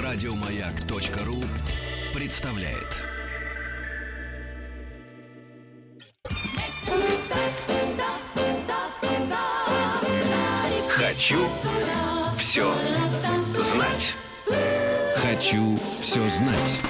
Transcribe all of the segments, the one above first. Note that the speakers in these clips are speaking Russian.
Радиомаяк.ру представляет. Хочу все знать. Хочу все знать.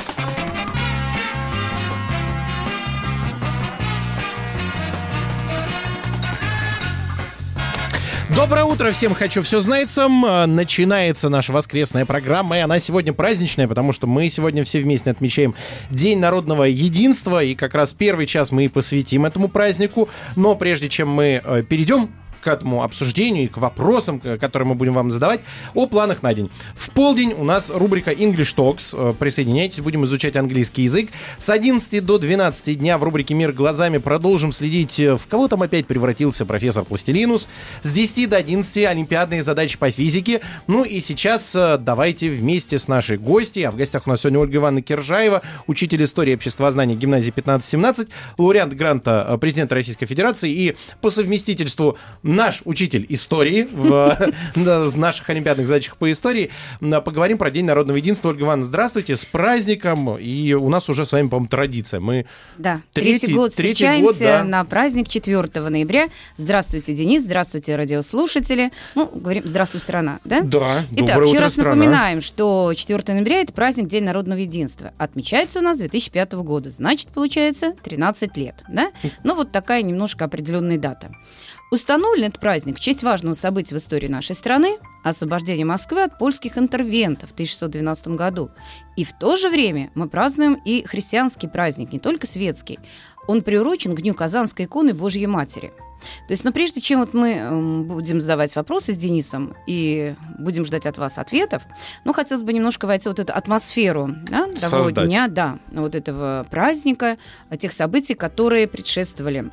Доброе утро всем, хочу все знайцам. Начинается наша воскресная программа, и она сегодня праздничная, потому что мы сегодня все вместе отмечаем День народного единства, и как раз первый час мы и посвятим этому празднику. Но прежде чем мы перейдем к этому обсуждению и к вопросам, которые мы будем вам задавать, о планах на день. В полдень у нас рубрика English Talks. Присоединяйтесь, будем изучать английский язык. С 11 до 12 дня в рубрике «Мир глазами» продолжим следить, в кого там опять превратился профессор Пластилинус. С 10 до 11 олимпиадные задачи по физике. Ну и сейчас давайте вместе с нашей гостьей, а в гостях у нас сегодня Ольга Ивановна Киржаева, учитель истории и обществознания гимназии 15-17, лауреат гранта президента Российской Федерации и по совместительству наш учитель истории в наших олимпиадных задачах по истории. Поговорим про День народного единства. Ольга Ивановна, здравствуйте, с праздником. И у нас уже с вами, по-моему, традиция. Мы третий год встречаемся на праздник 4 ноября. Здравствуйте, Денис, здравствуйте, радиослушатели. Говорим «Здравствуй, страна», да? Да, Итак, доброе еще утро, раз страна. напоминаем, что 4 ноября – это праздник День народного единства. Отмечается у нас с 2005 года. Значит, получается 13 лет, да? Вот такая немножко определенная дата. Установлен этот праздник в честь важного события в истории нашей страны – освобождения Москвы от польских интервентов в 1612 году. И в то же время мы празднуем и христианский праздник, не только светский. Он приурочен к Дню Казанской иконы Божьей Матери. То есть, прежде чем мы будем задавать вопросы с Денисом и будем ждать от вас ответов, хотелось бы немножко войти в эту атмосферу того дня, этого праздника, тех событий, которые предшествовали.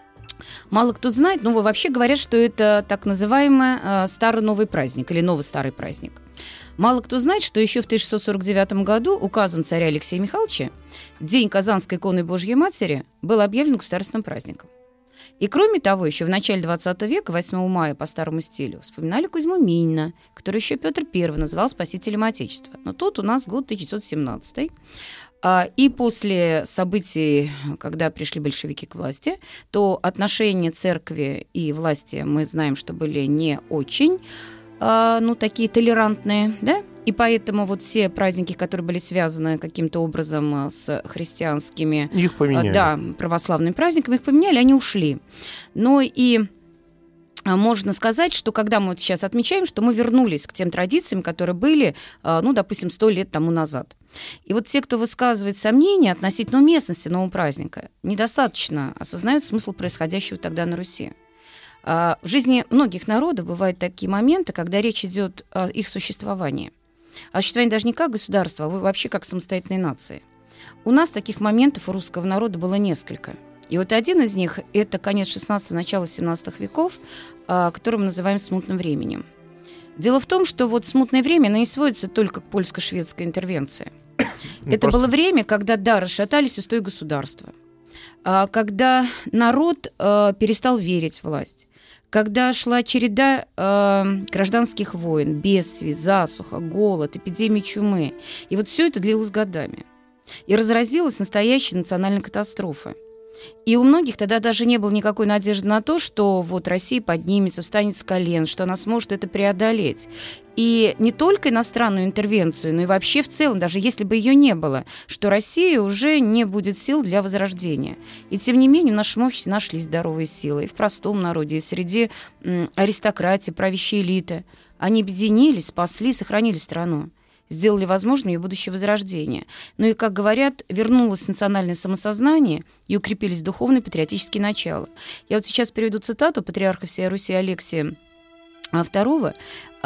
Мало кто знает, но вообще говорят, что это так называемый старый-новый праздник или новый-старый праздник. Мало кто знает, что еще в 1649 году указом царя Алексея Михайловича День Казанской иконы Божьей Матери был объявлен государственным праздником. И кроме того, еще в начале 20 века, 8 мая по старому стилю, вспоминали Кузьму Минина, который еще Петр I называл спасителем Отечества. Но тут у нас год 1917. И после событий, когда пришли большевики к власти, то отношения церкви и власти, мы знаем, что были не очень, такие толерантные, да? И поэтому все праздники, которые были связаны каким-то образом с христианскими, их поменяли. Православными праздниками, их поменяли, они ушли. Но и можно сказать, что когда мы сейчас отмечаем, что мы вернулись к тем традициям, которые были, допустим, 100 лет тому назад. И те, кто высказывает сомнения относительно уместности нового праздника, недостаточно осознают смысл происходящего тогда на Руси. В жизни многих народов бывают такие моменты, когда речь идет о их существовании. О существовании даже не как государства, а вообще как самостоятельной нации. У нас таких моментов у русского народа было несколько. И один из них – это конец 16-го, начало 17 веков, который мы называем смутным временем. Дело в том, что смутное время, оно не сводится только к польско-шведской интервенции. Это было время, когда, расшатались устои государства, когда народ перестал верить в власть, когда шла череда гражданских войн, бедствий, засуха, голод, эпидемии чумы. И все это длилось годами. И разразилась настоящая национальная катастрофа. И у многих тогда даже не было никакой надежды на то, что Россия поднимется, встанет с колен, что она сможет это преодолеть. И не только иностранную интервенцию, но и вообще в целом, даже если бы ее не было, что Россия уже не будет сил для возрождения. И тем не менее в нашем обществе нашлись здоровые силы и в простом народе, и среди аристократии, правящей элиты. Они объединились, спасли, сохранили страну. Сделали возможным ее будущее возрождение. И, как говорят, вернулось национальное самосознание и укрепились духовные патриотические начала. Я сейчас приведу цитату патриарха всей Руси Алексия II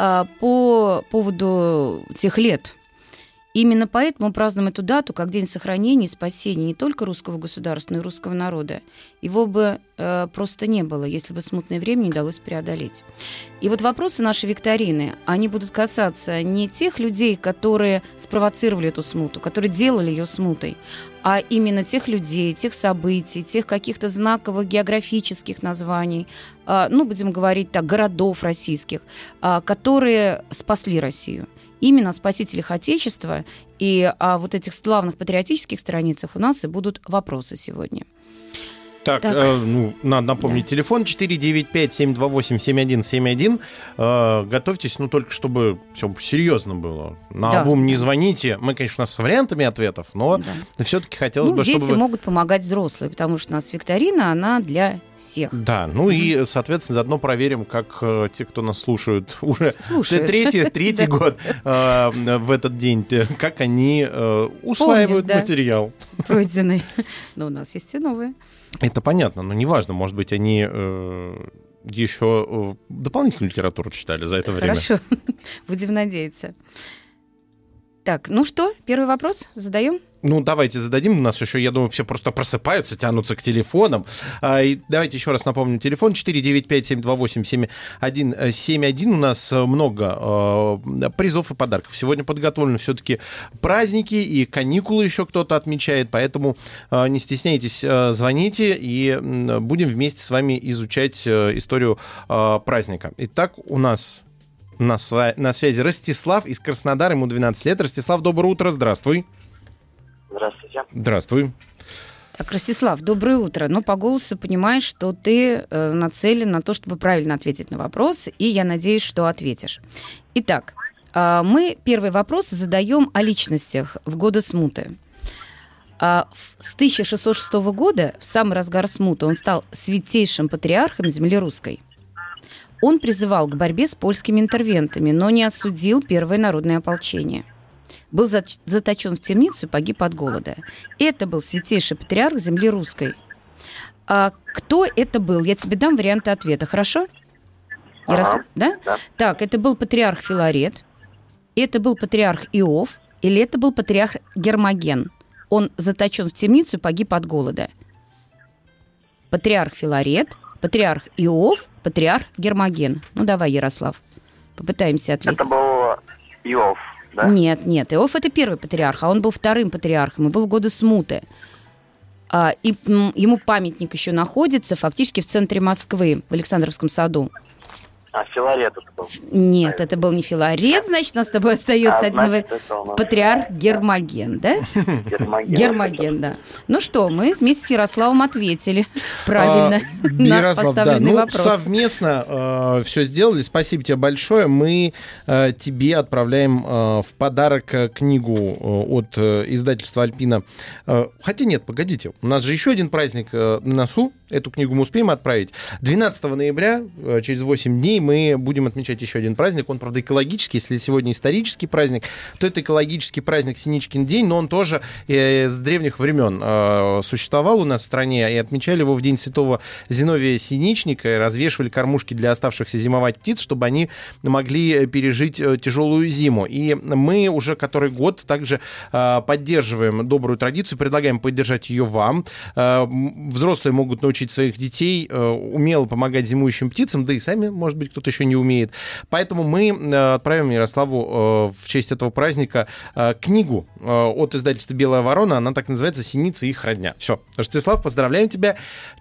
по поводу тех лет. Именно поэтому мы празднуем эту дату как День сохранения и спасения не только русского государства, но и русского народа. Его бы просто не было, если бы смутное время не удалось преодолеть. И вопросы нашей викторины, они будут касаться не тех людей, которые спровоцировали эту смуту, которые делали ее смутой, а именно тех людей, тех событий, тех каких-то знаковых географических названий, будем говорить так, городов российских, которые спасли Россию. именно о спасителях Отечества. И о вот этих славных патриотических страницах у нас и будут вопросы сегодня. Так. Надо напомнить, да. Телефон 495-728-7171. Готовьтесь, только чтобы все серьезно было. На обум не звоните. Мы, конечно, с вариантами ответов, но все-таки хотелось бы, чтобы... Дети могут помогать взрослые, потому что у нас викторина, она для всех. Да, и, соответственно, заодно проверим, как те, кто нас слушают уже третий год в этот день, как они усваивают материал. Пройденный. Но у нас есть и новые. Это понятно, но неважно, может быть, они еще дополнительную литературу читали за это время. Хорошо, будем надеяться. Так, что, первый вопрос задаем? Давайте зададим. У нас еще, я думаю, все просто просыпаются, тянутся к телефонам. И давайте еще раз напомню. Телефон 495-728-7171. У нас много призов и подарков. Сегодня подготовлены все-таки праздники и каникулы еще кто-то отмечает. Поэтому не стесняйтесь, звоните, и будем вместе с вами изучать историю праздника. Итак, у нас на связи Ростислав из Краснодара. Ему 12 лет. Ростислав, доброе утро. Здравствуй. Здравствуйте. Здравствуй. Так, Ростислав, доброе утро. По голосу понимаешь, что ты нацелен на то, чтобы правильно ответить на вопрос, и я надеюсь, что ответишь. Итак, мы первый вопрос задаем о личностях в годы смуты. С 1606 года, в самый разгар смуты, он стал святейшим патриархом земли русской. Он призывал к борьбе с польскими интервентами, но не осудил первое народное ополчение. Был заточен в темницу и погиб от голода. Это был святейший патриарх земли русской. Кто это был? Я тебе дам варианты ответа, хорошо? Да? Да. Так, это был патриарх Филарет, это был патриарх Иов, или это был патриарх Гермоген? Он заточен в темницу и погиб от голода. Патриарх Филарет, патриарх Иов, патриарх Гермоген. Давай, Ярослав, попытаемся ответить. Это был Иов. Да? Нет, Иов — это первый патриарх, а он был вторым патриархом и был в годы смуты. И ему памятник еще находится фактически в центре Москвы, в Александровском саду. Филарет это был? Нет, это был не Филарет, значит, у нас с тобой остается один патриарх Гермоген, да? Гермоген, да. Что, мы вместе с Ярославом ответили правильно на поставленный вопрос. Совместно все сделали. Спасибо тебе большое. Мы тебе отправляем в подарок книгу от издательства «Альпина». Хотя нет, погодите, у нас же еще один праздник на носу. Эту книгу мы успеем отправить. 12 ноября, через 8 дней, мы будем отмечать еще один праздник. Он, правда, экологический. Если сегодня исторический праздник, то это экологический праздник Синичкин день, но он тоже с древних времен существовал у нас в стране, и отмечали его в день святого Зиновия Синичника, и развешивали кормушки для оставшихся зимовать птиц, чтобы они могли пережить тяжелую зиму. И мы уже который год также поддерживаем добрую традицию, предлагаем поддержать ее вам. Взрослые могут научить своих детей умело помогать зимующим птицам, да и сами, может быть, кто-то еще не умеет. Поэтому мы отправим Ярославу в честь этого праздника книгу от издательства «Белая ворона». Она так называется «Синица и их родня». Все. Ростислав, поздравляем тебя.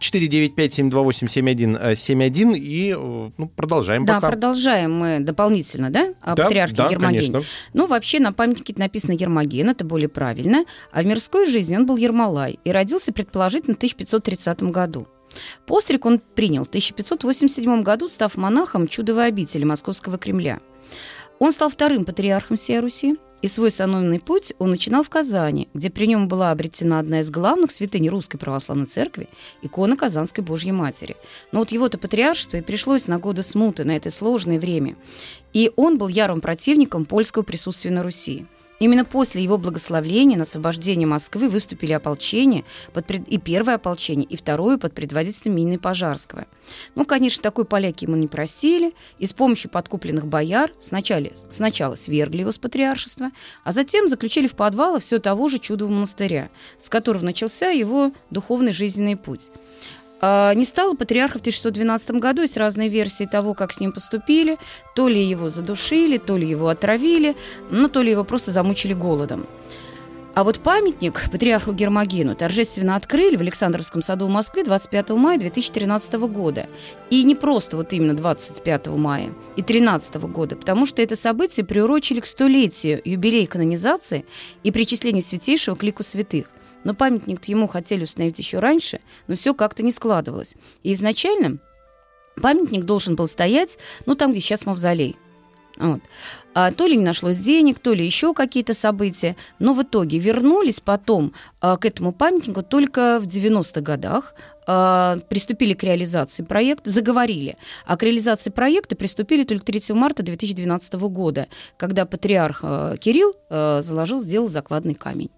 495-728-7171. И продолжаем пока. Да, продолжаем мы дополнительно, да? О патриархе Гермогене. Конечно. Вообще на памятнике написано Гермоген, это более правильно. А в мирской жизни он был Ермолай и родился, предположительно, в 1530 году. Постриг он принял в 1587 году, став монахом чудовой обители Московского Кремля. Он стал вторым патриархом всей Руси, и свой сановный путь он начинал в Казани, где при нем была обретена одна из главных святынь Русской Православной Церкви – икона Казанской Божьей Матери. Но его-то патриаршество и пришлось на годы смуты, на это сложное время. И он был ярым противником польского присутствия на Руси. Именно после его благословления на освобождение Москвы выступили ополчение, и первое ополчение, и второе под предводительством Мины Пожарского. Конечно, такой поляки ему не простили, и с помощью подкупленных бояр сначала свергли его с патриаршества, а затем заключили в подвалы все того же чудового монастыря, с которого начался его духовный жизненный путь. Не стало патриарха в 1612 году, есть разные версии того, как с ним поступили. То ли его задушили, то ли его отравили, то ли его просто замучили голодом. А вот памятник патриарху Гермогену торжественно открыли в Александровском саду в Москве 25 мая 2013 года. И не просто вот именно 25 мая и 2013 года, потому что это событие приурочили к 100-летию юбилея канонизации и причисления святейшего к лику святых. Но памятник ему хотели установить еще раньше, но все как-то не складывалось. И изначально памятник должен был стоять, там, где сейчас мавзолей. Вот. То ли не нашлось денег, то ли еще какие-то события. Но в итоге вернулись потом к этому памятнику только в 90-х годах. Приступили к реализации проекта, заговорили. А к реализации проекта приступили только 3 марта 2012 года, когда патриарх Кирилл сделал закладный камень.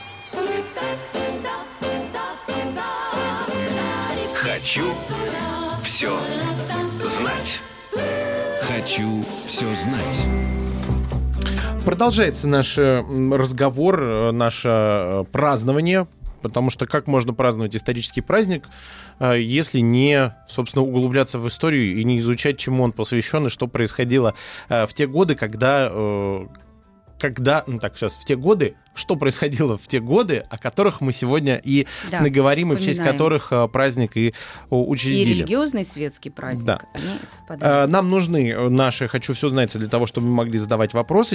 Хочу все знать. Хочу все знать. Продолжается наш разговор, наше празднование, потому что как можно праздновать исторический праздник, если не, собственно, углубляться в историю и не изучать, чему он посвящен и что происходило в те годы, что происходило в те годы, о которых мы сегодня и наговорим, и в честь которых праздник и учредили. И религиозный светский праздник, да. Они совпадают. Нам нужны наши «Хочу все знать» для того, чтобы мы могли задавать вопросы.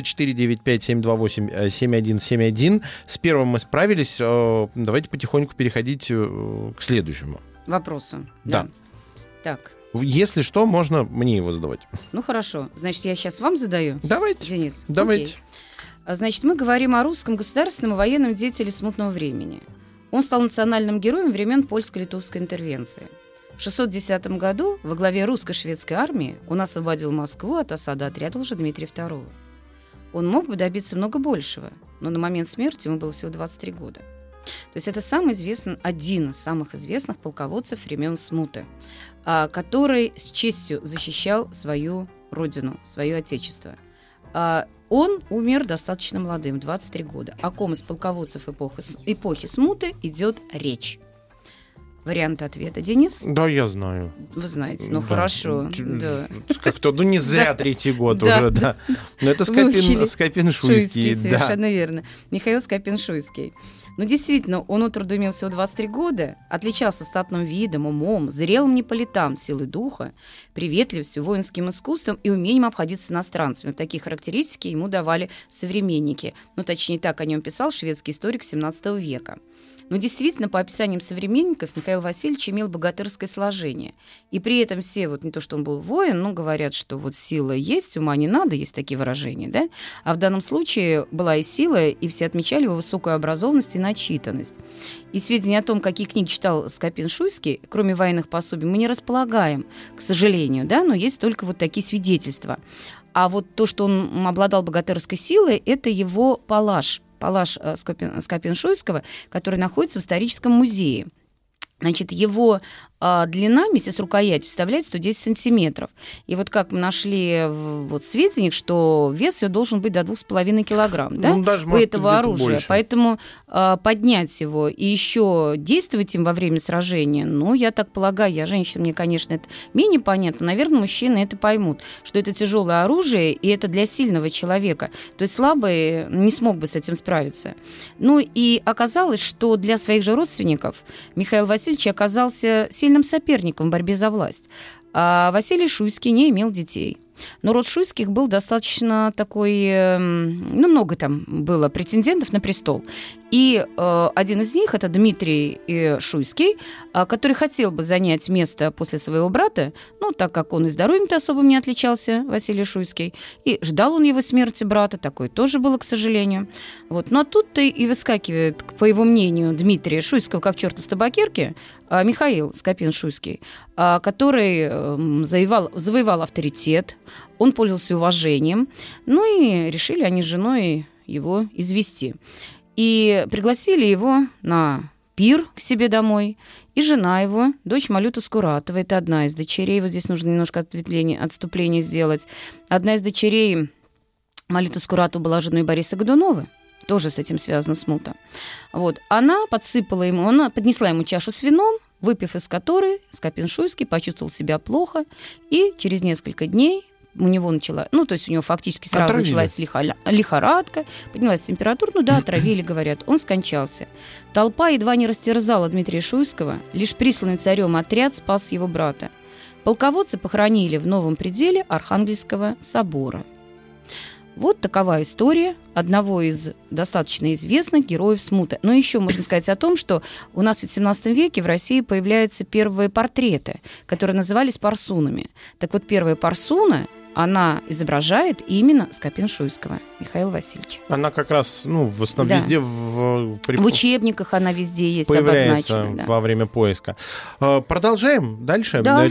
495-728-7171. С первым мы справились. Давайте потихоньку переходить к следующему Вопросу. Да. Так. Если что, можно мне его задавать. Ну, хорошо. Значит, я сейчас вам задаю? Давайте. Денис? Давайте. Окей. Значит, мы говорим о русском государственном и военном деятеле смутного времени. Он стал национальным героем времен польско-литовской интервенции. В 610 году во главе русско-шведской армии он освободил Москву от осады отряда Лжедмитрия II. Он мог бы добиться много большего, но на момент смерти ему было всего 23 года. То есть это один из самых известных полководцев времен смуты, который с честью защищал свою родину, свое отечество. Он умер достаточно молодым, 23 года. О ком из полководцев эпохи смуты идет речь? Варианты ответа. Денис? Да, я знаю. Вы знаете, хорошо. Да. Как-то, не зря третий год уже, да. Но это Скопин-Шуйский. Совершенно верно. Михаил Скопин-Шуйский. Действительно, он от роду имел всего 23 года, отличался статным видом, умом, зрелым не по летам, силой духа, приветливостью, воинским искусством и умением обходиться с иностранцами. Такие характеристики ему давали современники. Точнее, так о нем писал шведский историк XVII века. Но действительно, по описаниям современников, Михаил Васильевич имел богатырское сложение. И при этом все, не то, что он был воин, говорят, что сила есть, ума не надо, есть такие выражения, да? А в данном случае была и сила, и все отмечали его высокую образованность и начитанность. И сведения о том, какие книги читал Скопин-Шуйский, кроме военных пособий, мы не располагаем, к сожалению, да? Но есть только такие свидетельства. А то, что он обладал богатырской силой, это его палаш Скопин-Шуйского, который находится в историческом музее. Значит, его длина вместе с рукоятью составляет 110 сантиметров. И как мы нашли в сведениях, что вес ее должен быть до 2,5 килограмм, да, даже, у этого оружия. Больше. Поэтому поднять его и еще действовать им во время сражения, я так полагаю, я женщина, мне, конечно, это менее понятно, но, наверное, мужчины это поймут, что это тяжелое оружие, и это для сильного человека. То есть слабый не смог бы с этим справиться. И оказалось, что для своих же родственников Михаил Васильевич оказался сильным соперником в борьбе за власть. А Василий Шуйский не имел детей. Но род Шуйских был достаточно такой... много там было претендентов на престол. И один из них, это Дмитрий Шуйский, который хотел бы занять место после своего брата, так как он и здоровьем-то особым не отличался, Василий Шуйский, и ждал он его смерти брата, такое тоже было, к сожалению. А тут-то и выскакивает, по его мнению, Дмитрия Шуйского, как черт из табакерки, Михаил Скопин-Шуйский, который завоевал авторитет, он пользовался уважением, и решили они с женой его извести. И пригласили его на пир к себе домой, и жена его, дочь Малюта Скуратова, это одна из дочерей, здесь нужно немножко отступление сделать, одна из дочерей Малюта Скуратова была женой Бориса Годунова, тоже с этим связана смута. Она поднесла ему чашу с вином, выпив из которой Скопин-Шуйский почувствовал себя плохо и через несколько дней у него начала, то есть у него фактически сразу Отравили. началась лихорадка, поднялась температура, отравили, говорят, он скончался. Толпа едва не растерзала Дмитрия Шуйского, лишь присланный царем отряд спас его брата. Полководца похоронили в Новом пределе Архангельского собора. Вот такова история одного из достаточно известных героев смуты. Но еще можно сказать о том, что у нас в XVII веке в России появляются первые портреты, которые назывались парсунами. Так вот, первая парсуна, она изображает именно Скопин-Шуйского Михаила Васильевича. Она как раз, в основном Да. везде В учебниках она везде есть появляется обозначена. Да. во время поиска. Продолжаем дальше. Да.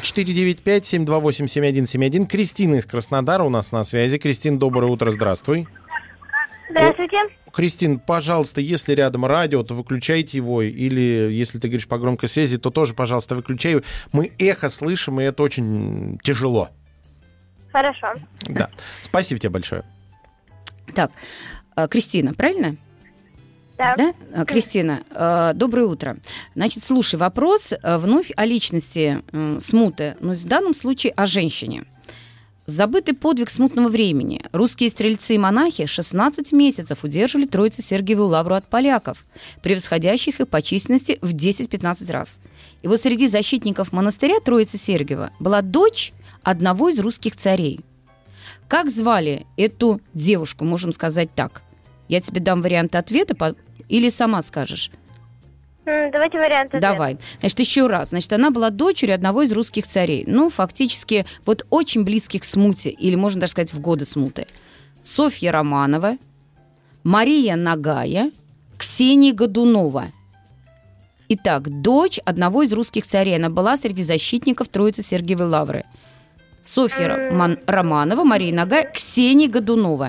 495-728-7171. Кристина из Краснодара у нас на связи. Кристин, доброе утро, здравствуй. Здравствуйте. Кристин, пожалуйста, если рядом радио, то выключайте его, или если ты говоришь по громкой связи, то тоже, пожалуйста, выключай. Мы эхо слышим, и это очень тяжело. Хорошо. Да. Спасибо тебе большое. Так, Кристина, правильно? Да. Да? Кристина, доброе утро. Значит, слушай, вопрос вновь о личности смуты, но в данном случае о женщине. Забытый подвиг смутного времени. Русские стрельцы и монахи 16 месяцев удерживали Троицу Сергиеву лавру от поляков, превосходящих их по численности в 10-15 раз. И вот среди защитников монастыря Троицы Сергиева была дочь одного из русских царей. Как звали эту девушку, можем сказать так? Я тебе дам варианты ответа, или сама скажешь? Давайте варианты. Давай. Значит, еще раз. Значит, она была дочерью одного из русских царей. Фактически, вот очень близких к смуте, или можно даже сказать, в годы смуты. Софья Романова, Мария Нагая, Ксения Годунова. Итак, дочь одного из русских царей. Она была среди защитников Троицы Сергиевой лавры. Софья Романова, Мария Нагая, Ксения Годунова.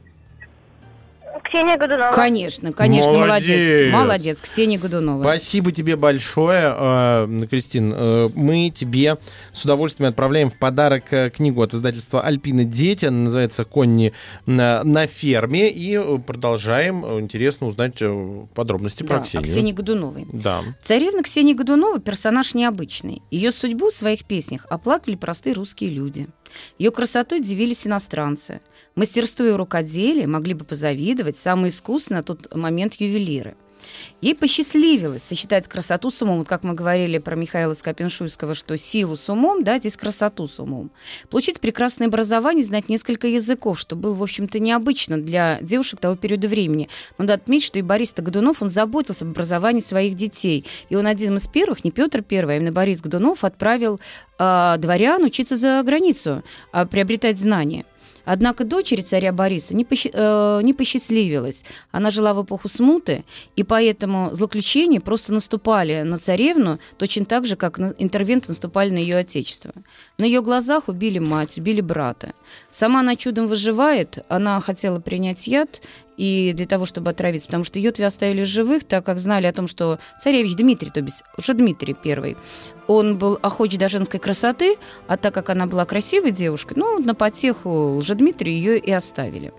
Ксения Годунова. Конечно, Молодец. молодец. Молодец, Ксения Годунова. Спасибо тебе большое, Кристин. Мы тебе с удовольствием отправляем в подарок книгу от издательства «Альпина Дети». Она называется «Конни на ферме». И продолжаем интересно узнать подробности про Да, о Ксению. Ксении Годуновой. Да. Царевна Ксения Годунова – персонаж необычный. Ее судьбу в своих песнях оплакивали простые русские люди. Ее красотой дивились иностранцы. Мастерству и рукоделию могли бы позавидовать самые искусные на тот момент ювелиры. Ей посчастливилось сочетать красоту с умом. Вот как мы говорили про Михаила Скопин-Шуйского, что силу с умом, да, здесь красоту с умом. Получить прекрасное образование, знать несколько языков, что было, в общем-то, необычно для девушек того периода времени. Надо отметить, что и Борис Годунов, он заботился об образовании своих детей. И он один из первых, не Петр I, а именно Борис Годунов, отправил дворян учиться за границу, приобретать знания. Однако дочери царя Бориса не посчастливилось. Она жила в эпоху смуты, и поэтому злоключения просто наступали на царевну точно так же, как интервенты наступали на ее отечество. На ее глазах убили мать, убили брата. Сама она чудом выживает, она хотела принять яд, и для того, чтобы отравиться, потому что ее оставили живых, так как знали о том, что царевич Дмитрий, то бишь уже Дмитрий I, он был охоч до женской красоты, а так как она была красивой девушкой, на потеху Лжедмитрию ее и оставили.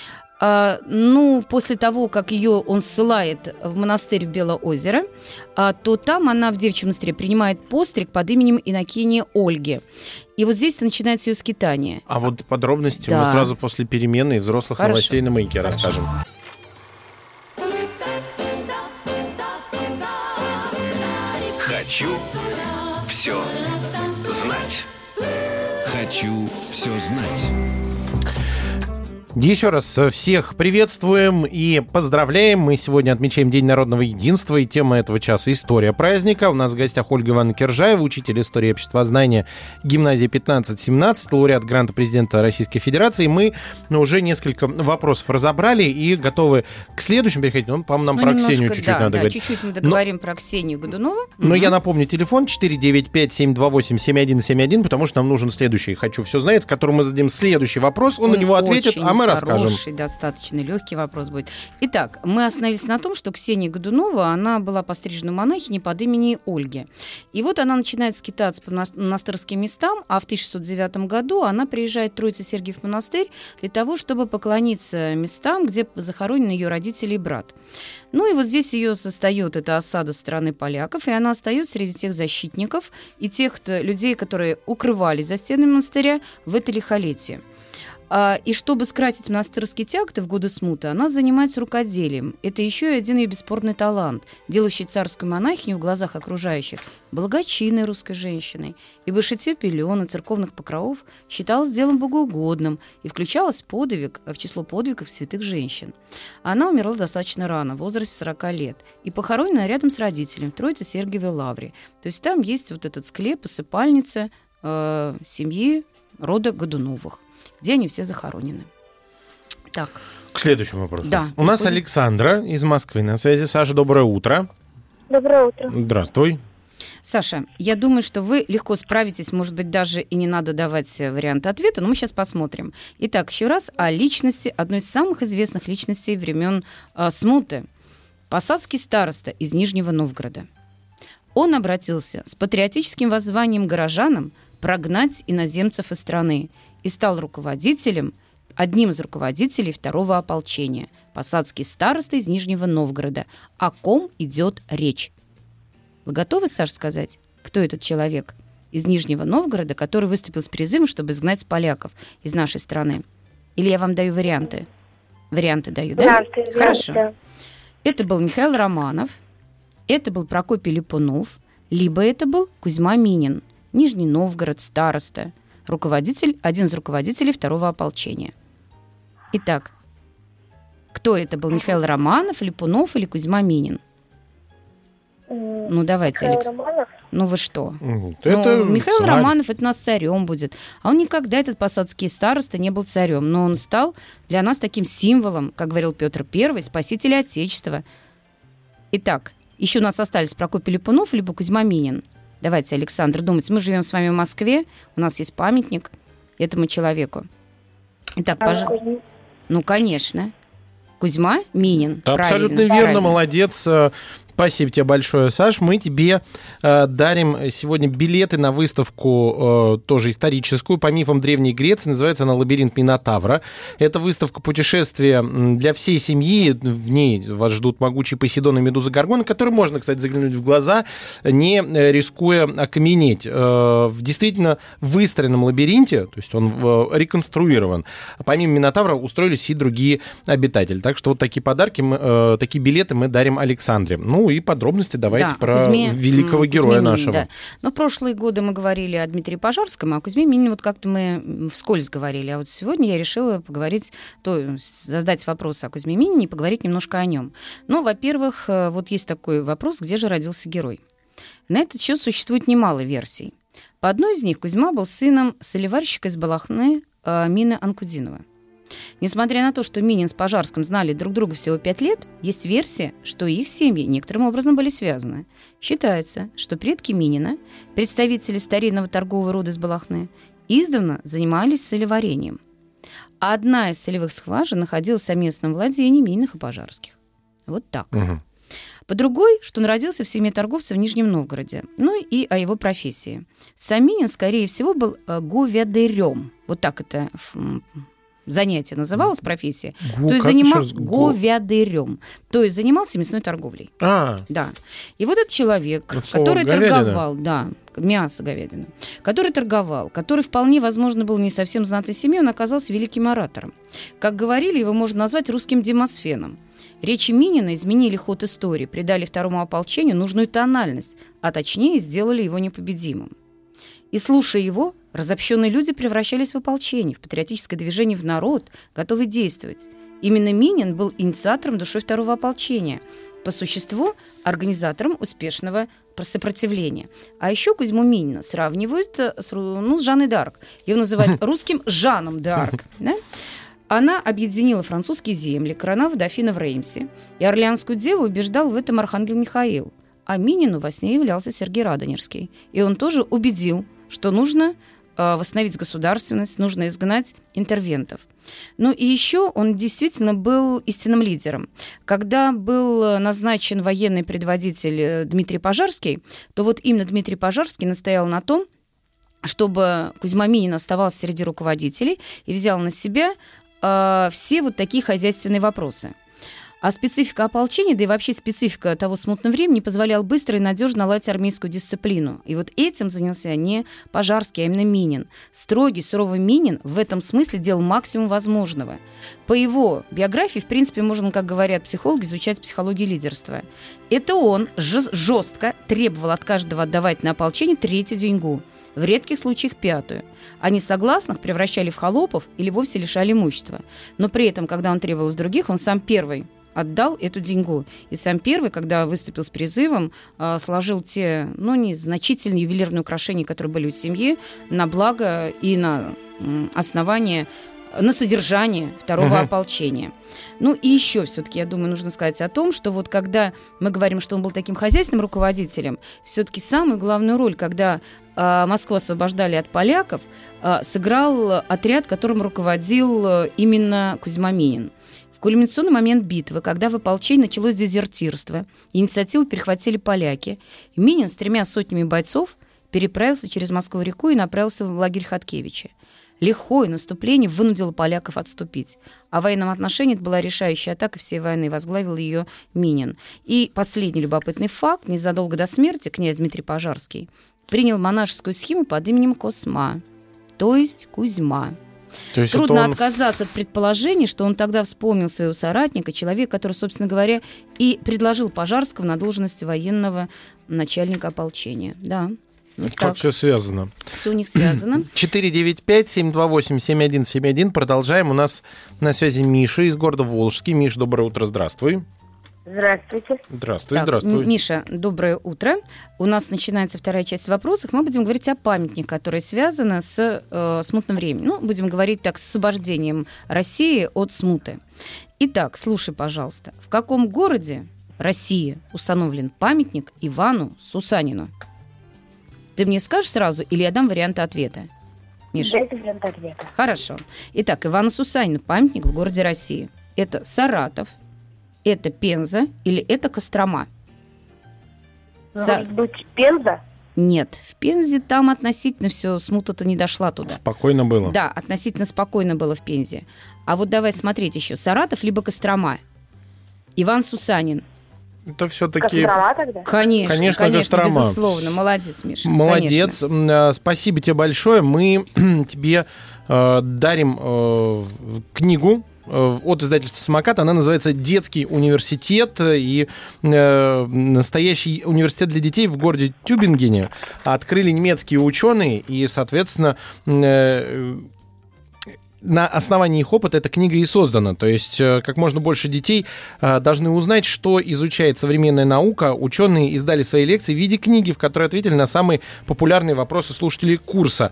После того, как ее он ссылает в монастырь в Белоозеро, то там она в девичьем монастыре принимает постриг под именем Иннокения Ольги. И вот здесь начинается ее скитание. А вот подробности Да. мы сразу после перемены и взрослых Хорошо. новостей на «Маяке» расскажем. Хочу все знать. Хочу все знать. Еще раз всех приветствуем и поздравляем. Мы сегодня отмечаем День народного единства, и тема этого часа — история праздника. У нас в гостях Ольга Ивановна Киржаева, учитель истории и обществознания гимназии 15-17, лауреат гранта президента Российской Федерации. Мы уже несколько вопросов разобрали и готовы к следующему переходить. По-моему, нам про Ксению чуть-чуть надо говорить. Чуть-чуть мы договорим про Ксению Годунову. Но я напомню, телефон 495-728-7171, потому что нам нужен следующий «Хочу все знать», с которым мы зададим следующий вопрос. Он на него ответит, а мы расскажем. Хороший, достаточно легкий вопрос будет. Итак, мы остановились на том, что Ксения Годунова, она была пострижена монахиней под именем Ольги. И вот она начинает скитаться по монастырским местам, а в 1609 году она приезжает в Троице-Сергиев монастырь для того, чтобы поклониться местам, где захоронены ее родители и брат. Ну и вот здесь ее состает эта осада со стороны поляков, и она остается среди тех защитников и тех людей, которые укрывались за стенами монастыря в это лихолетие. И чтобы скрасить монастырские тяготы в годы смуты, она занимается рукоделием. Это еще и один ее бесспорный талант, делающий царскую монахиню в глазах окружающих благочинной русской женщиной. Ибо шитье пелен и церковных покровов считалось делом богоугодным и включалось в число подвигов святых женщин. Она умерла достаточно рано, в возрасте 40 лет, и похоронена рядом с родителями в Троице-Сергиевой лавре. То есть там есть вот этот склеп, усыпальница семьи рода Годуновых, где они все захоронены. Так. К следующему вопросу. Да. У нас Александра из Москвы на связи. Саша, доброе утро. Доброе утро. Здравствуй. Саша, я думаю, что вы легко справитесь, может быть, даже и не надо давать варианты ответа, но мы сейчас посмотрим. Итак, еще раз о личности, одной из самых известных личностей времен смуты. Посадский староста из Нижнего Новгорода. Он обратился с патриотическим воззванием горожанам прогнать иноземцев из страны и стал одним из руководителей второго ополчения, посадский староста из Нижнего Новгорода. О ком идет речь? Вы готовы, Саш, сказать, кто этот человек из Нижнего Новгорода, который выступил с призывом, чтобы изгнать поляков из нашей страны? Или я вам даю варианты? Варианты даю, да? Хорошо. Да. Это был Михаил Романов, это был Прокопий Липунов, либо это был Кузьма Минин, Нижний Новгород, староста, один из руководителей второго ополчения. Итак, кто это был? Михаил Романов, Липунов или Кузьма Минин? Ну, давайте, Михаил Алекс. Романов? Ну, вы что? Это Михаил царь. Романов, это у нас царем будет. А он никогда, этот посадский староста, не был царем. Но он стал для нас таким символом, как говорил Петр I, спасителя Отечества. Итак, еще у нас остались Прокопий Липунов либо Кузьма Минин. Давайте, Александр, думайте. Мы живем с вами в Москве, у нас есть памятник этому человеку. Итак, пожалуйста. Ну, конечно. Кузьма Минин. Да, правильно. абсолютно верно, Правильно. молодец. Спасибо тебе большое, Саш. Мы тебе дарим сегодня билеты на выставку тоже историческую по мифам Древней Греции. Называется она «Лабиринт Минотавра». Это выставка путешествия для всей семьи. В ней вас ждут могучие Посейдон и Медуза Горгона, которые можно, кстати, заглянуть в глаза, не рискуя окаменеть. В действительно выстроенном лабиринте, то есть он реконструирован, помимо Минотавра устроились и другие обитатели. Так что вот такие подарки, такие билеты мы дарим Александре. Ну и подробности давайте про великого героя нашего. Да. Но в прошлые годы мы говорили о Дмитрии Пожарском, а о Кузьме Минине вот как-то мы вскользь говорили. А вот сегодня я решила поговорить, задать вопрос о Кузьме Минине и поговорить немножко о нем. Ну, во-первых, вот есть такой вопрос, где же родился герой. На этот счет существует немало версий. По одной из них Кузьма был сыном солеварщика из Балахны Мины Анкудинова. Несмотря на то, что Минин с Пожарским знали друг друга всего 5 лет, есть версия, что их семьи некоторым образом были связаны. Считается, что предки Минина, представители старинного торгового рода из Балахны, издавна занимались солеварением. А одна из солевых скважин находилась в совместном владении Мининых и Пожарских. Вот так. Угу. По другой, что он родился в семье торговца в Нижнем Новгороде. Ну и о его профессии. Сам Минин, скорее всего, был говядырем. Вот так это занятие называлось, профессия. То есть занимался говядырем. То есть занимался мясной торговлей. Да. И вот этот человек, который торговал, мясо, говядина, который торговал, который вполне, возможно, был не совсем знатой семьей, он оказался великим оратором. Как говорили, его можно назвать русским Демосфеном. Речи Минина изменили ход истории, придали второму ополчению нужную тональность, а точнее сделали его непобедимым. И, слушая его, разобщенные люди превращались в ополчение, в патриотическое движение, в народ, готовый действовать. Именно Минин был инициатором душой второго ополчения, по существу организатором успешного сопротивления. А еще Кузьму Минина сравнивают с Жанной д'Арк. Его называют русским Жаном д'Арк. Да? Она объединила французские земли, короновав дофина в Реймсе, и Орлеанскую деву убеждал в этом архангел Михаил. А Минину во сне являлся Сергий Радонежский. И он тоже убедил, что нужно восстановить государственность, нужно изгнать интервентов. Ну и еще он действительно был истинным лидером. Когда был назначен военный предводитель Дмитрий Пожарский, то вот именно Дмитрий Пожарский настоял на том, чтобы Кузьма Минин оставался среди руководителей и взял на себя все вот такие хозяйственные вопросы. А специфика ополчения, да и вообще специфика того смутного времени не позволяла быстро и надежно наладить армейскую дисциплину. И вот этим занялся не Пожарский, а именно Минин. Строгий, суровый Минин в этом смысле делал максимум возможного. По его биографии, в принципе, можно, как говорят психологи, изучать психологию лидерства. Это он жестко требовал от каждого отдавать на ополчение 3-ю деньгу, в редких случаях 5-ю. А несогласных превращали в холопов или вовсе лишали имущества. Но при этом, когда он требовал из других, он сам первый отдал эту деньгу. И сам первый, когда выступил с призывом, сложил те, незначительные ювелирные украшения, которые были у семьи, на благо и на основание, на содержание второго ополчения. И еще все-таки, я думаю, нужно сказать о том, что вот когда мы говорим, что он был таким хозяйственным руководителем, все-таки самую главную роль, когда Москву освобождали от поляков, сыграл отряд, которым руководил именно Кузьма Минин. В кульминационный момент битвы, когда в ополчении началось дезертирство, инициативу перехватили поляки, Минин с 3 сотнями бойцов переправился через Москву-реку и направился в лагерь Хаткевича. Лихое наступление вынудило поляков отступить. А в военном отношении это была решающая атака всей войны, возглавил ее Минин. И последний любопытный факт. Незадолго до смерти князь Дмитрий Пожарский принял монашескую схему под именем Косма, то есть Кузьма. Трудно отказаться от предположения, что он тогда вспомнил своего соратника, человека, который, собственно говоря, и предложил Пожарского на должность военного начальника ополчения. Да. Вот как все связано. Все у них связано. 495-728-7171. Продолжаем. У нас на связи Миша из города Волжский. Миш, доброе утро, здравствуй. Здравствуйте. Здравствуй. Миша, доброе утро. У нас начинается вторая часть вопросов. Мы будем говорить о памятниках, которые связаны с смутным временем. Будем говорить так, с освобождением России от смуты. Итак, слушай, пожалуйста. В каком городе России установлен памятник Ивану Сусанину? Ты мне скажешь сразу, или я дам варианты ответа? Миша? Дайте варианты ответа. Хорошо. Итак, Ивану Сусанину памятник в городе России. Это Саратов, это Пенза или это Кострома? Может быть, Пенза? Нет, в Пензе там относительно все, смута-то не дошла туда. Спокойно было. Да, относительно спокойно было в Пензе. А вот давай смотреть еще. Саратов либо Кострома? Иван Сусанин. Это все-таки... Кострома тогда? Конечно, Кострома. Безусловно. Молодец, Миша. Молодец. Конечно. Спасибо тебе большое. Мы тебе дарим книгу от издательства «Самокат». Она называется «Детский университет». И настоящий университет для детей в городе Тюбингене открыли немецкие ученые. И, соответственно, на основании их опыта эта книга и создана. То есть как можно больше детей должны узнать, что изучает современная наука. Ученые издали свои лекции в виде книги, в которой ответили на самые популярные вопросы слушателей курса.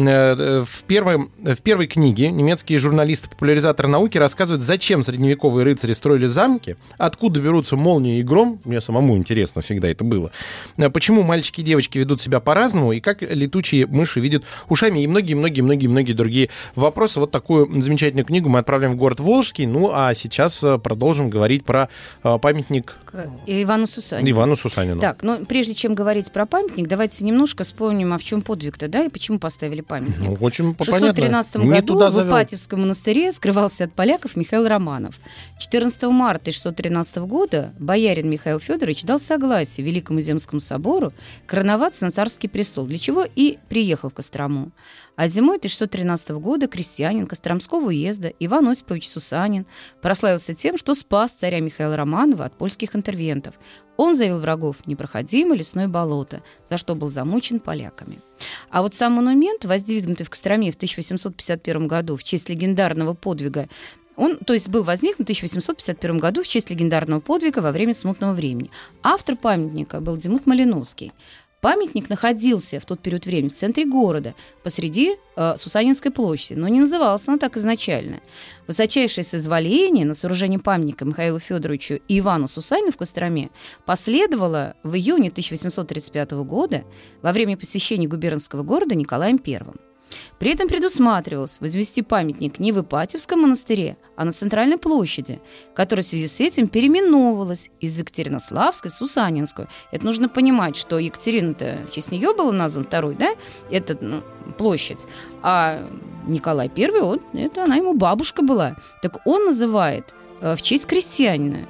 В первой книге немецкие журналисты-популяризаторы науки рассказывают, зачем средневековые рыцари строили замки, откуда берутся молния и гром. Мне самому интересно всегда это было. Почему мальчики и девочки ведут себя по-разному, и как летучие мыши видят ушами, и многие-многие-многие другие вопросы. Вот такую замечательную книгу мы отправляем в город Волжский. А сейчас продолжим говорить про памятник Ивану Сусанину. Так, прежде чем говорить про памятник, давайте немножко вспомним, а в чем подвиг-то, да, и почему поставили памятник. Очень понятно. В 613 году в Ипатьевском монастыре скрывался от поляков Михаил Романов. 14 марта 1613 года боярин Михаил Федорович дал согласие Великому Земскому собору короноваться на царский престол, для чего и приехал в Кострому. А зимой 1613 года крестьянин Костромского уезда Иван Осипович Сусанин прославился тем, что спас царя Михаила Романова от польских интервентов. Он завел врагов в непроходимое лесное болото, за что был замучен поляками. А вот сам монумент, воздвигнутый в Костроме в 1851 году в честь легендарного подвига, он, то есть, был возникнут в 1851 году в честь легендарного подвига во время смутного времени. Автор памятника был Демут Малиновский. Памятник находился в тот период времени в центре города, посреди Сусанинской площади, но не назывался она так изначально. Высочайшее соизволение на сооружение памятника Михаилу Федоровичу и Ивану Сусанину в Костроме последовало в июне 1835 года во время посещения губернского города Николаем I. При этом предусматривалось возвести памятник не в Ипатьевском монастыре, а на центральной площади, которая в связи с этим переименовывалась из Екатеринославской в Сусанинскую. Это нужно понимать, что Екатерина-то в честь нее была назван второй, да, это площадь, а Николай I, это она ему бабушка была. Так он называет в честь крестьянина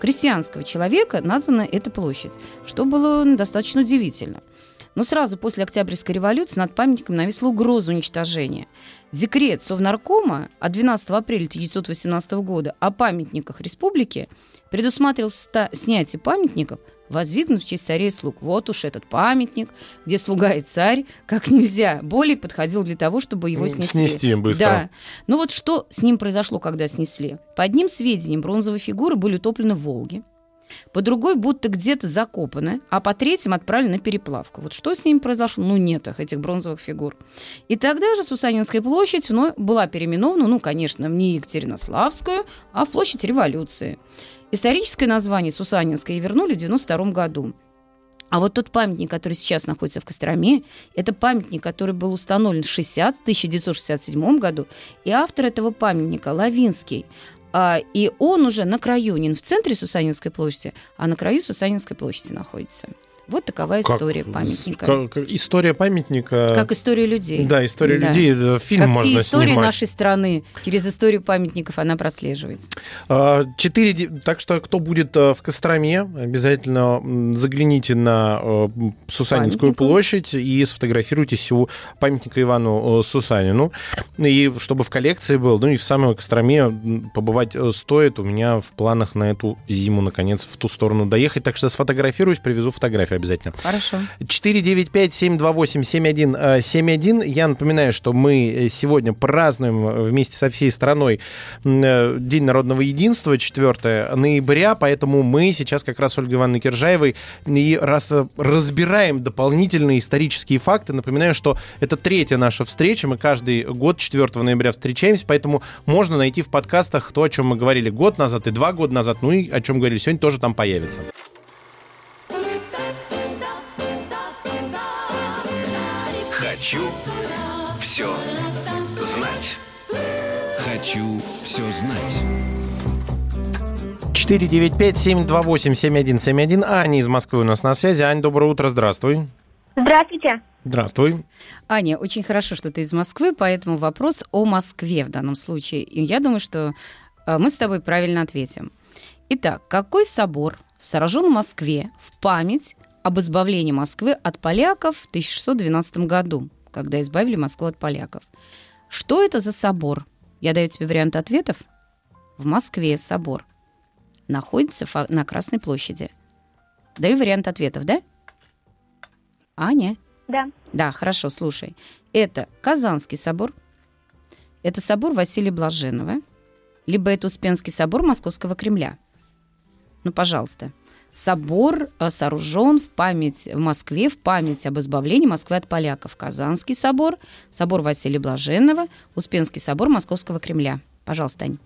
крестьянского человека названа эта площадь, что было достаточно удивительно. Но сразу после Октябрьской революции над памятником нависла угроза уничтожения. Декрет Совнаркома от 12 апреля 1918 года о памятниках республики предусматривал снятие памятников, воздвигнут в честь царей и слуг. Вот уж этот памятник, где слуга и царь как нельзя более подходил для того, чтобы его снесли. Снести быстро. Да. Ну вот что с ним произошло, когда снесли? По одним сведениям, бронзовые фигуры были утоплены в Волге. По другой будто где-то закопаны, а по третьим отправлены на переплавку. Вот что с ними произошло? Ну, нет их, этих бронзовых фигур. И тогда же Сусанинская площадь вновь была переименована, ну, конечно, не Екатеринославскую, а в площадь Революции. Историческое название Сусанинское вернули в 1992 году. А вот тот памятник, который сейчас находится в Костроме, это памятник, который был установлен в 1967 году, и автор этого памятника Лавинский. И он уже на краю, не в центре Сусанинской площади, а на краю Сусанинской площади находится. Вот такова история памятника. Как история памятника. Как история людей. Да, история людей. Фильм как можно и история снимать. нашей страны. Через историю памятников она прослеживается. 4. Так что, кто будет в Костроме, обязательно загляните на Сусанинскую площадь и сфотографируйтесь у памятника Ивану Сусанину. И чтобы в коллекции был, ну и в самой Костроме побывать стоит. У меня в планах на эту зиму, наконец, в ту сторону доехать. Так что сфотографируюсь, привезу фотографии обязательно. Хорошо. 495-728-7171. Я напоминаю, что мы сегодня празднуем вместе со всей страной День народного единства, 4 ноября, поэтому мы сейчас как раз с Ольгой Ивановной Киржаевой и разбираем дополнительные исторические факты. Напоминаю, что это 3-я наша встреча. Мы каждый год 4 ноября встречаемся, поэтому можно найти в подкастах то, о чем мы говорили год назад и 2 года назад, ну и о чем говорили сегодня, тоже там появится. Хочу все знать. Хочу все знать. 495-728-7171. Аня из Москвы у нас на связи. Ань, доброе утро, здравствуй. Здравствуйте. Здравствуй. Аня, очень хорошо, что ты из Москвы, поэтому вопрос о Москве в данном случае. И я думаю, что мы с тобой правильно ответим. Итак, какой собор сооружен в Москве в память об избавлении Москвы от поляков в 1612 году, когда избавили Москву от поляков? Что это за собор? Я даю тебе варианты ответов. В Москве собор находится на Красной площади. Даю вариант ответов, да? Аня? Да. Да, хорошо, слушай. Это Казанский собор, это собор Василия Блаженного, либо это Успенский собор Московского Кремля. Ну, пожалуйста. Собор сооружен в Москве в память об избавлении Москвы от поляков. Казанский собор, собор Василия Блаженного, Успенский собор Московского Кремля. Пожалуйста, Ань.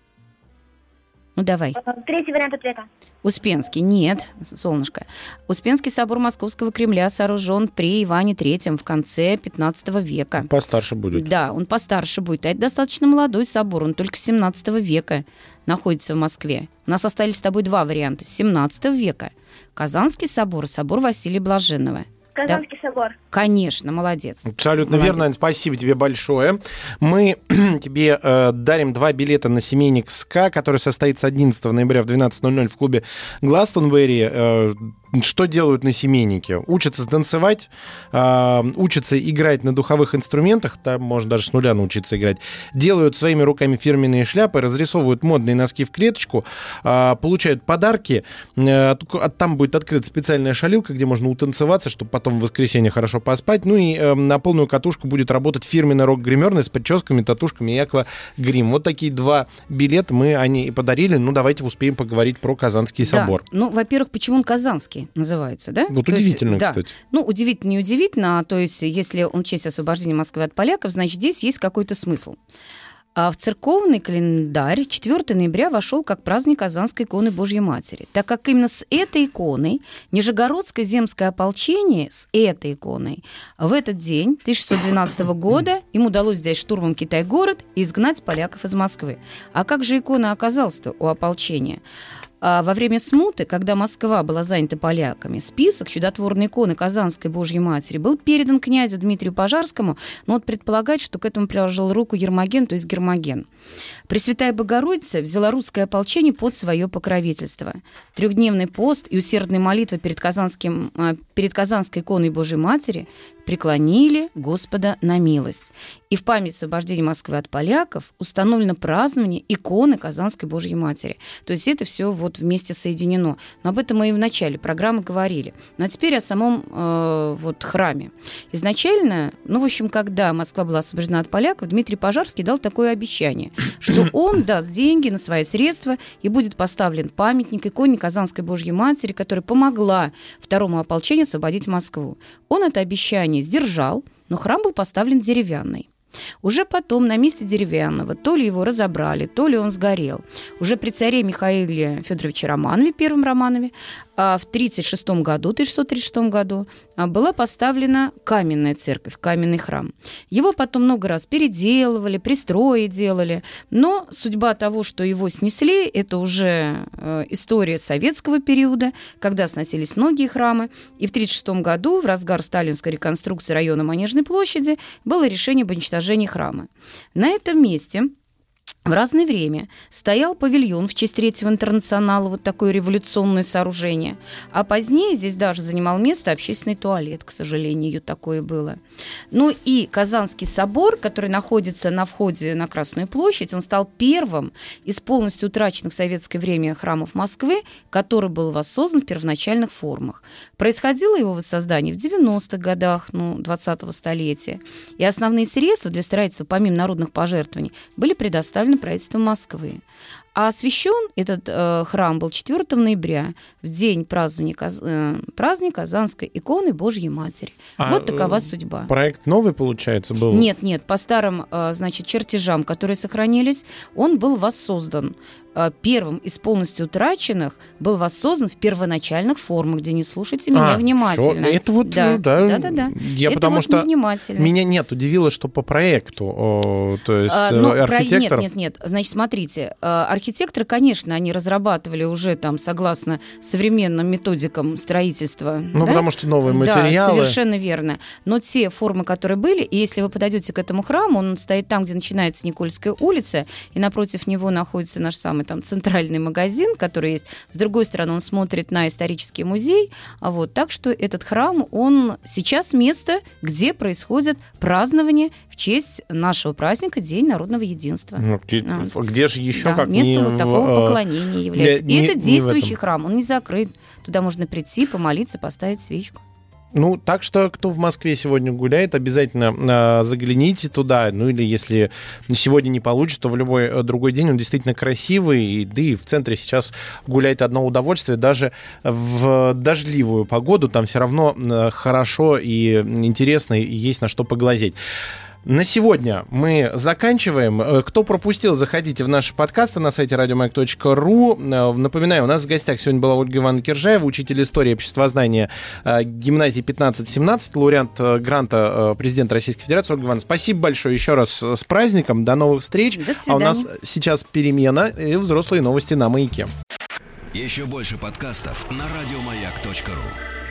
Ну, давай. 3-й вариант ответа. Успенский. Нет, солнышко. Успенский собор Московского Кремля сооружен при Иване III в конце 15 века. Постарше будет. Да, он постарше будет. А это достаточно молодой собор, он только с 17 века находится в Москве. У нас остались с тобой 2 варианта. С 17 века. Казанский собор, собор Василия Блаженного. Казанский собор. Конечно, молодец. Абсолютно Молодец. верно, Ань, спасибо тебе большое. Мы тебе дарим 2 билета на семейник СКА, который состоится 11 ноября в 12:00 в клубе Гластонберри. Что делают на семейнике? Учатся танцевать, учатся играть на духовых инструментах, там можно даже с нуля научиться играть, делают своими руками фирменные шляпы, разрисовывают модные носки в клеточку, получают подарки, там будет открыта специальная шалилка, где можно утанцеваться, чтобы потом в воскресенье хорошо поспать, ну и на полную катушку будет работать фирменная рок-гримерная с прическами, татушками и аквагрим. Вот такие 2 билета мы Ане и подарили, ну давайте успеем поговорить про Казанский собор. Да. Ну, во-первых, почему он Казанский называется, да? Вот то удивительно, есть, кстати. Да. Ну, удивительно, не удивительно. То есть, если он в честь освобождения Москвы от поляков, значит, здесь есть какой-то смысл. А в церковный календарь 4 ноября вошел как праздник Казанской иконы Божьей Матери, так как именно с этой иконой Нижегородское земское ополчение, с этой иконой, в этот день 1612 года им удалось взять штурмом Китай-город и изгнать поляков из Москвы. А как же икона оказалась-то у ополчения? Во время смуты, когда Москва была занята поляками, список чудотворной иконы Казанской Божьей Матери был передан князю Дмитрию Пожарскому, но вот предполагает, что к этому приложил руку Ермоген, то есть Гермоген. Пресвятая Богородица взяла русское ополчение под свое покровительство. Трехдневный пост и усердная молитва перед Казанской иконой Божьей Матери преклонили Господа на милость. И в память освобождения Москвы от поляков установлено празднование иконы Казанской Божьей Матери. То есть это все вот вместе соединено. Но об этом мы и в начале программы говорили. Ну а теперь о самом вот храме. Изначально, в общем, когда Москва была освобождена от поляков, Дмитрий Пожарский дал такое обещание, что он даст деньги на свои средства и будет поставлен памятник иконе Казанской Божьей Матери, которая помогла второму ополчению освободить Москву. Он это обещание сдержал, но храм был поставлен деревянный. Уже потом на месте деревянного то ли его разобрали, то ли он сгорел. Уже при царе Михаиле Федоровиче Романове, первом Романове, в 1636 году была поставлена каменная церковь, каменный храм. Его потом много раз переделывали, пристрои делали, но судьба того, что его снесли, это уже история советского периода, когда сносились многие храмы. И в 1936 году, в разгар сталинской реконструкции района Манежной площади, было решение об уничтожении храма. На этом месте в разное время стоял павильон в честь Третьего интернационала, вот такое революционное сооружение. А позднее здесь даже занимал место общественный туалет, к сожалению, такое было. Ну и Казанский собор, который находится на входе на Красную площадь, он стал первым из полностью утраченных в советское время храмов Москвы, который был воссоздан в первоначальных формах. Происходило его воссоздание в 90-х годах 20-го столетия. И основные средства для строительства, помимо народных пожертвований, были предоставлены правительством Москвы. А освящен этот храм был 4 ноября, в день праздника Казанской иконы Божьей Матери. Вот такова судьба. Проект новый, получается, был? Нет, по старым, чертежам, которые сохранились, он был воссоздан. Первым из полностью утраченных был воссоздан в первоначальных формах, где не слушайте меня внимательно. Это вот, да. Я это потому вот что меня удивило, что по проекту, то есть архитектор... Нет. Значит, смотрите, архитекторы, конечно, они разрабатывали уже там согласно современным методикам строительства. Потому что новые материалы. Да, совершенно верно. Но те формы, которые были, и если вы подойдете к этому храму, он стоит там, где начинается Никольская улица, и напротив него находится наш самый там центральный магазин, который есть. С другой стороны, он смотрит на исторический музей. Так что этот храм, он сейчас место, где происходит празднование в честь нашего праздника День народного единства. Где же еще как место не вот такого поклонения является. И это действующий храм, он не закрыт. Туда можно прийти, помолиться, поставить свечку. Так что, кто в Москве сегодня гуляет, обязательно загляните туда. Или если сегодня не получится, то в любой другой день он действительно красивый. Да и в центре сейчас гуляет одно удовольствие. Даже в дождливую погоду там все равно хорошо и интересно, и есть на что поглазеть. На сегодня мы заканчиваем. Кто пропустил, заходите в наши подкасты на сайте radiomayak.ru. Напоминаю, у нас в гостях сегодня была Ольга Ивановна Киржаева, учитель истории и обществознания гимназии 15-17, лауреат гранта президента Российской Федерации. Ольга Ивановна, спасибо большое еще раз с праздником. До новых встреч. До свидания. А у нас сейчас перемена и взрослые новости на Маяке. Еще больше подкастов на radiomayak.ru.